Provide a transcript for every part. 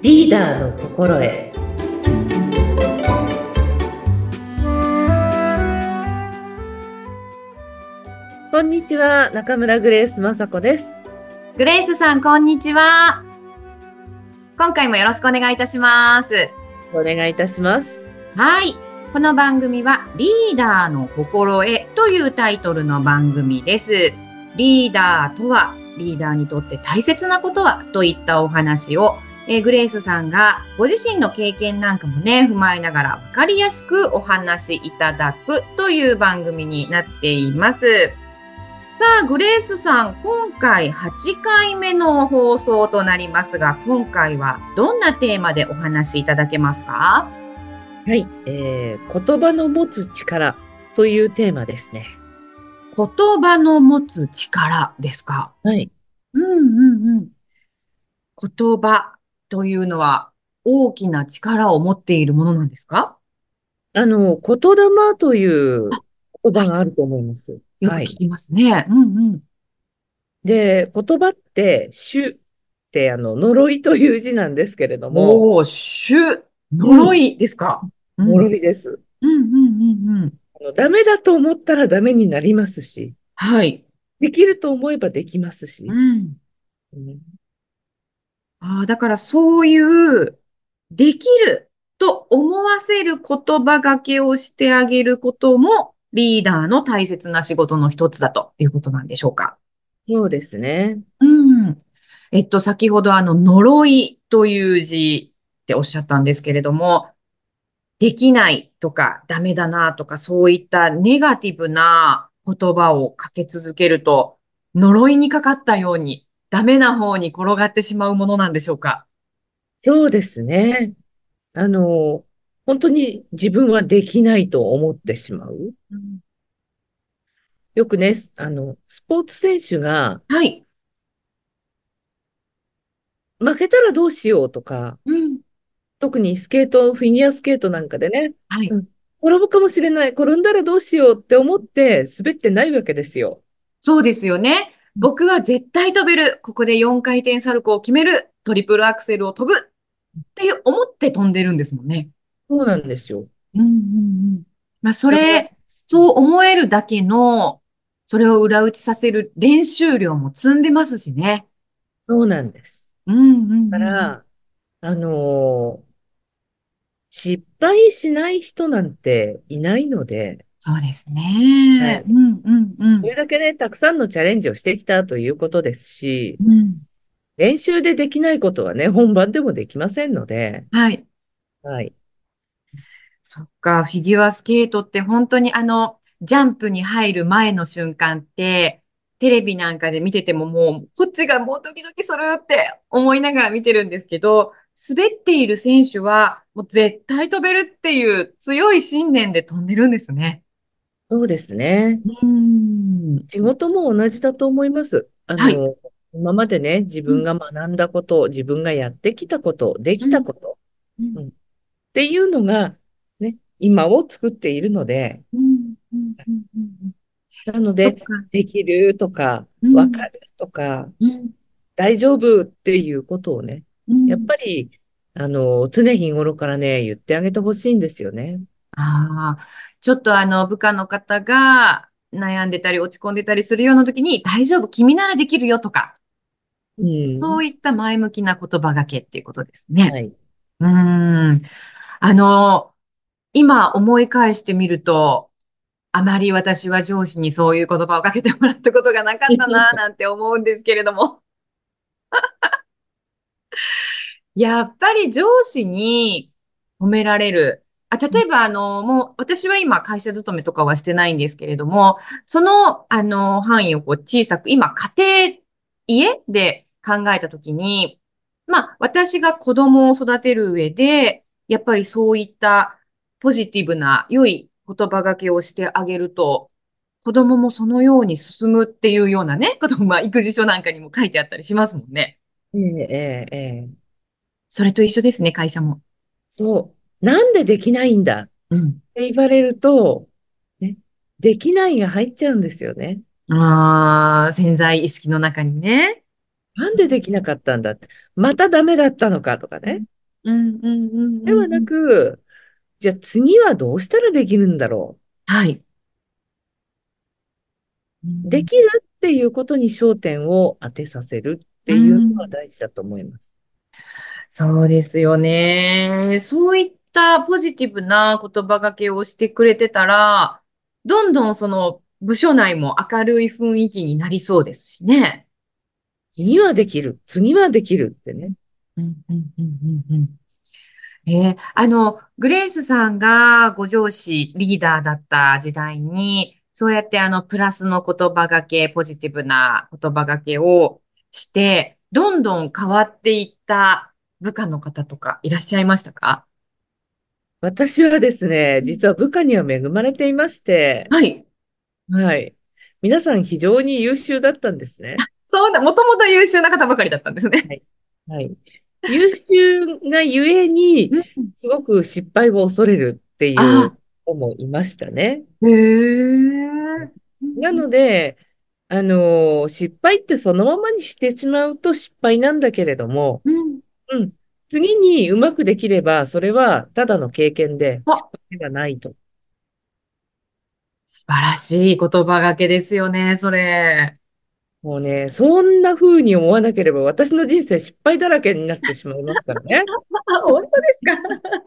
リーダーの心得。こんにちは、中村グレース雅子です。 グレイスさん、こんにちは。今回もよろしくお願いいたします。 お願いいたします。 はい。この番組はリーダーの心得というタイトルの番組です。リーダーとは、リーダーにとって大切なことはといったお話を、グレイスさんがご自身の経験なんかもね、踏まえながらわかりやすくお話しいただくという番組になっています。さあ、グレースさん、今回8回目の放送となりますが、今回はどんなテーマでお話しいただけますか？ はい、言葉の持つ力というテーマですね。 言葉の持つ力ですか？ はい。 うんうんうん。言葉というのは大きな力を持っているものなんですか？ 言霊というあ、 言葉はい。 があると思います。はい。 よく聞きますね。うんうん。 で、言葉って、主って呪いという字なんですけれども、 おー、 うん、 呪いですか？うん。 呪いです。 うんうんうんうん。 ダメだと思ったらダメになりますし、 はい。 できると思えばできますし。 うん。 うん、 ああ、だからそういう、できると思わせる言葉がけをしてあげることも、リーダーの大切な仕事の一つだということなんでしょうか。 そうですね。 うん。先ほど呪いという字っておっしゃったんですけれども、できないとか、ダメだなとか、そういったネガティブな言葉をかけ続けると、呪いにかかったように、ダメな方に転がってしまうものなんでしょうか。 そうですね。あの、本当に自分はできないと思ってしまう。 うん。 よくね、スポーツ選手がはい。 負けたらどうしようとか、 うん。 特にスケート、フィギュアスケートなんかでね、 はい。 うん、転ぶかもしれない、転んだらどうしようって思って滑ってないわけですよ。 そうですよね。僕は絶対飛べる。ここで4回転サルコーを決める。トリプルアクセルを飛ぶって思って飛んでるんですもんね。 そうなんですよ。 うんうんうん。まあ、 だから、 そう思えるだけの、それを裏打ちさせる練習量も積んでますしね。 そうなんです。 うんうんうだかんうん。 ら、あのー失敗しない人なんていないので、 そうですね。 はい。 うんうんうん。 それだけね、たくさんのチャレンジをしてきたということですし、 うん。 練習でできないことはね、本番でもできませんので、 はい。 はい。 そっか、フィギュアスケートって本当にジャンプに入る前の瞬間って、テレビなんかで見ててももう、こっちがもうドキドキするって思いながら見てるんですけど、滑っている選手はもう絶対飛べるっていう強い信念で飛んでるんですね。 そうですね。 うーん。 仕事も同じだと思います。 はい。 今までね、自分うん、 が学んだこと、自分がやってきたこと、できたうん、 こと、 うん、 うん、っていうのが、ね、今を作っているので、 うん、うん、うん、うん。 なので、 そっか。 できるとか、 うん、 わかるとか、 うん、 大丈夫っていうことをね、やっうん。 ぱり、常日頃からね、言ってあげてほしいんですよね。 ああ、ちょっと部下の方が悩んでたり落ち込んでたりするような時に、大丈夫、君ならできるよとか、 うん。 そういった前向きな言葉がけっていうことですね。 はい。 うーん。あの、今思い返してみると、あまり私は上司にそういう言葉をかけてもらったことがなかったなぁなんて思うんですけれども。やっぱり上司に褒められる。例えばもう私は今会社勤めとかはしてないんですけれども、その範囲をこう小さく、今家庭、家で考えたときに、まあ私が子供を育てる上で、やっぱりそういったポジティブな良い言葉がけをしてあげると、子供もそのように進むっていうようなね、こともまあ育児書なんかにも書いてあったりしますもんね。 ええ、ええ、ええ。 それと一緒ですね、会社も。 そう。なんでできないんだっうん。 て言われると、ね、できないが入っちゃうんですよね。 ああ、潜在意識の中にね。 なんでできなかったんだって。またダメだったのかとかね。 うん、うん、うん、うん。 ではなうんく、じゃあ次はどうしたらできるんだろはい。うう。でん、 きるっていうことに焦点を当てさせるっうていうのはん大事だと思います。 そうですよね。そういったポジティブな言葉がけをしてくれてたら、どんどんその部署内も明るい雰囲気になりそうですしね。 次はできる、次はできるってね。 うん、うん、うん、うん、うん。グレースさんがご上司、リーダーだった時代に、そうやってプラスの言葉がけ、ポジティブな言葉がけをして、どんどん変わっていった部下の方とかいらっしゃいましたか？ 私はですね、 うん実は部下には恵まれていまして、 はい。 はい。皆さん非常に優秀だったんですね。 そうだ、もともと優秀な方ばかりだったんですね。 はい。はい。優秀がゆえに、 うん。 すごく失敗を恐れるっていうあ子もいましたね。 へえ。 なので、失敗ってそのままにしてしまうと失敗なんだけれども、 うん。 うん。次にうまくできれば、それはただの経験で失あ、 敗ではないと。 素晴らしい言葉がけですよね、それ。 もうね、そんな風に思わなければ、私の人生失敗だらけになってしまいますからね。 あ、本当ですか？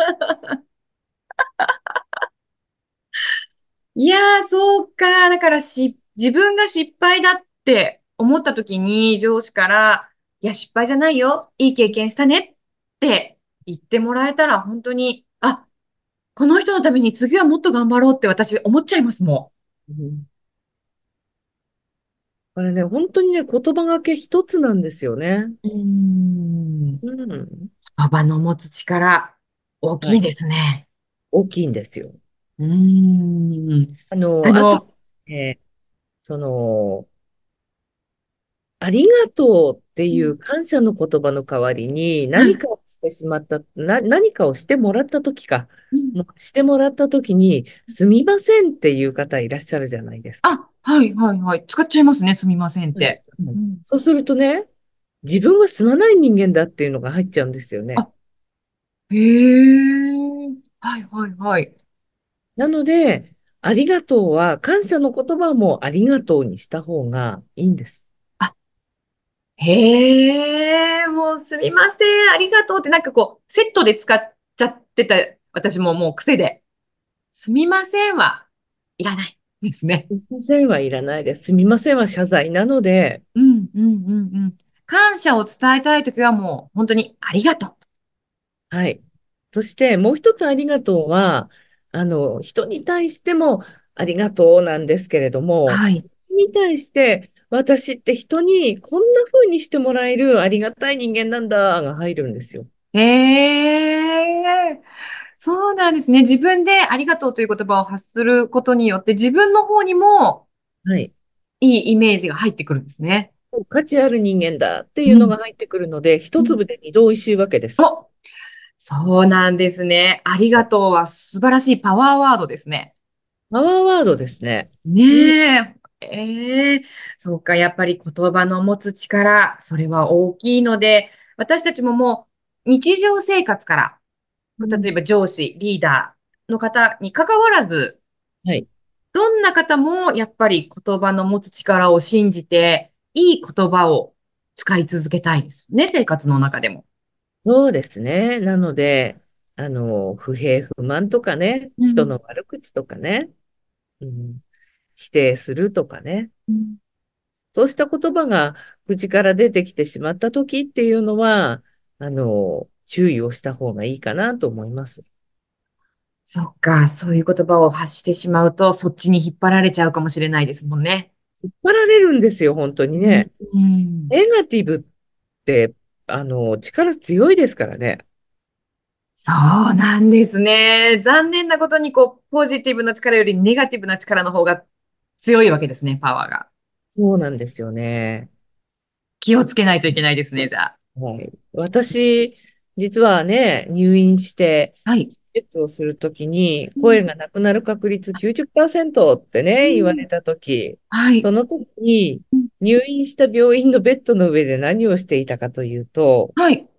いやー、そうか。だから自分が失敗だって思った時に上司から、いや、失敗じゃないよ。いい経験したねって言ってもらえたら、本当に、あ、この人のために次はもっと頑張ろうって私思っちゃいますもうん。これね、本当にね、言葉がけ一つなんですよね。 ん。 うん。 言葉の持つ力、大はい。 きいですね。 大きいんですよ。 うーん。 あと、 あの、 えその、ありがとうってうんいう感謝の言葉の代わりにはい。 何かをしてしまった、何かをしてもらったときか、 うんもうしてもらったときに、すみませんっていう方いらっしゃるじゃないですか。 あ、はい、はい、はい。使っちゃいますね。すみませんっはい。 て。うん。 そうするとね、自分はすまない人間だっていうのが入っちゃうんですよね。 あ、へえ。はい、はい、はい。 なので、ありがとうは、感謝の言葉もありがとうにした方がいいんです。 あ、へえ。もうすみません。ありがとうってなんかこう、セットで使っちゃってた、私ももう癖で。すみませんはいらないですね。 すみませんはいらないです。すみませんは謝罪なので、 うん、うん、うん、うん。感謝を伝えたいときはもう本当にありがとう。 はい。そして、もう一つありがとうは、人に対してもありがとうなんですけれども、 はい。 人に対して、私って人にこんな風にしてもらえるありがたい人間なんだが入るんですよ。 ええそうなんですね。自分でありがとうという言葉を発することによって自分の方にもはい。 いいイメージが入ってくるんですね。 価値ある人間だってうん。 いうのが入ってくるので、一うん粒で二度おいしいわけです。 お、そうなんですね。ありがとうは素晴らしいパワーワードですね。 パワーワードですね。うん。 ねえ。ええそうか。やっぱり言葉の持つ力、それは大きいので、私たちももう日常生活から、例えば上司、リーダーの方に関わらず、 はい。 どんな方もやっぱり言葉の持つ力を信じて、いい言葉を使い続けたいですよね、生活の中でも。 そうですね。なので、不平不満とかね、 うん。 人の悪口とかね、うん、否定するとかね、 うんそうした言葉が口から出てきてしまった時っていうのは、注意をした方がいいかなと思います。 そっか、そういう言葉を発してしまうと、そっちに引っ張られちゃうかもしれないですもんね。 引っ張られるんですよ、本当にうん。 ね。 うん。 ネガティブって、力強いですからね。 そうなんですね。残念なことに、こう、ポジティブな力よりネガティブな力の方が強いわけですね、パワーが。 そうなんですよね。 気をつけないといけないですね、じゃあ。 はい。私、実はね、入院して、 はい。 手術をするときに、 うん声がなくなる確率90%ってね、言わうんれたとき、 はい。 その時に、 うん入院した病院のベッドの上で何をしていたかというと、 はい。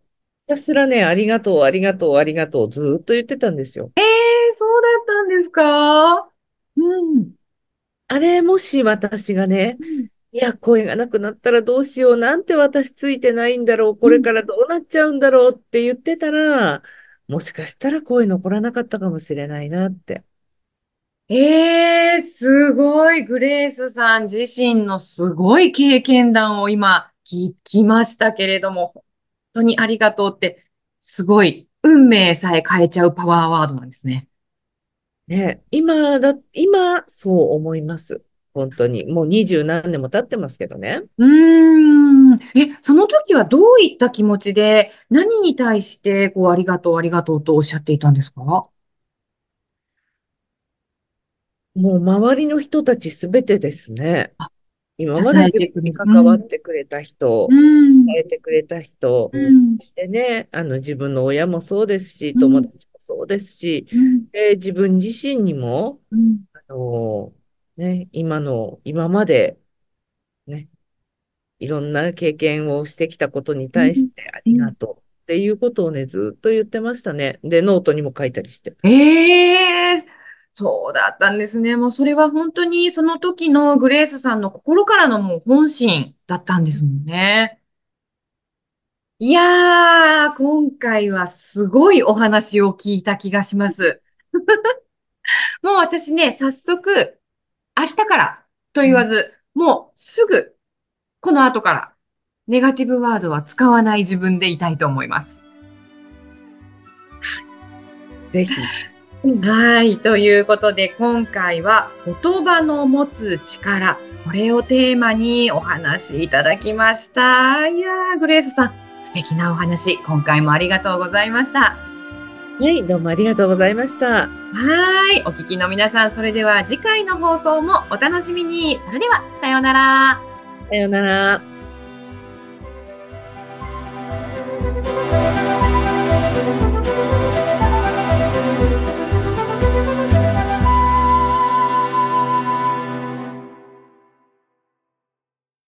たすらね、ありがとう、ありがとう、ありがとう、ずーっと言ってたんですよ。 そうだったんですか？うん。 あれ、もし私がね、 うん。 いや、声がなくなったらどうしよう、なんて私ついてないんだろう、これうん。 からどうなっちゃうんだろうって言ってたら、もしかしたら声残らなかったかもしれないなって。 すごい。グレースさん自身のすごい経験談を今聞きましたけれども、本当にありがとうって、すごい、運命さえ変えちゃうパワーワードなんですね。 ね、今、そう思います。本当に。もう二十何年も経ってますけどね。 うーん。その時はどういった気持ちで、何に対して、こう、ありがとう、ありがとうとおっしゃっていたんですか？ もう周りの人たちすべてですね。 あ、支今まで自分にえてくれる。うん。 関わってくれたう人、 ん。 伝えてくれた人、 うん。 そしてね、自分の親もそうですし、 うん。 友達もそうですし、 うん。 自分自身にも、 うん。 今までね、いろんな経験をしてきたことにうん。 対してあうん。 りがとうっていうことをね、ずっと言ってましたね。で、ノートにも書いたりして。 ええ、そうだったんですね。もうそれは本当にその時のグレースさんの心からのもう本心だったんですもんね。いやー、今回はすごいお話を聞いた気がします。もう私ね、早速、明日からと言わず、もうすぐ、この後から、ネガティブワードは使わない自分でいたいと思います。 ぜひ。うん。 はい。ということで、今回は言葉の持つ力、これをテーマにお話しいただきました。いやー、グレースさん、素敵なお話、今回もありがとうございました。 はい、どうもありがとうございました。 はい。お聞きの皆さん、それでは次回の放送もお楽しみに。それでは、さようなら。 さようなら。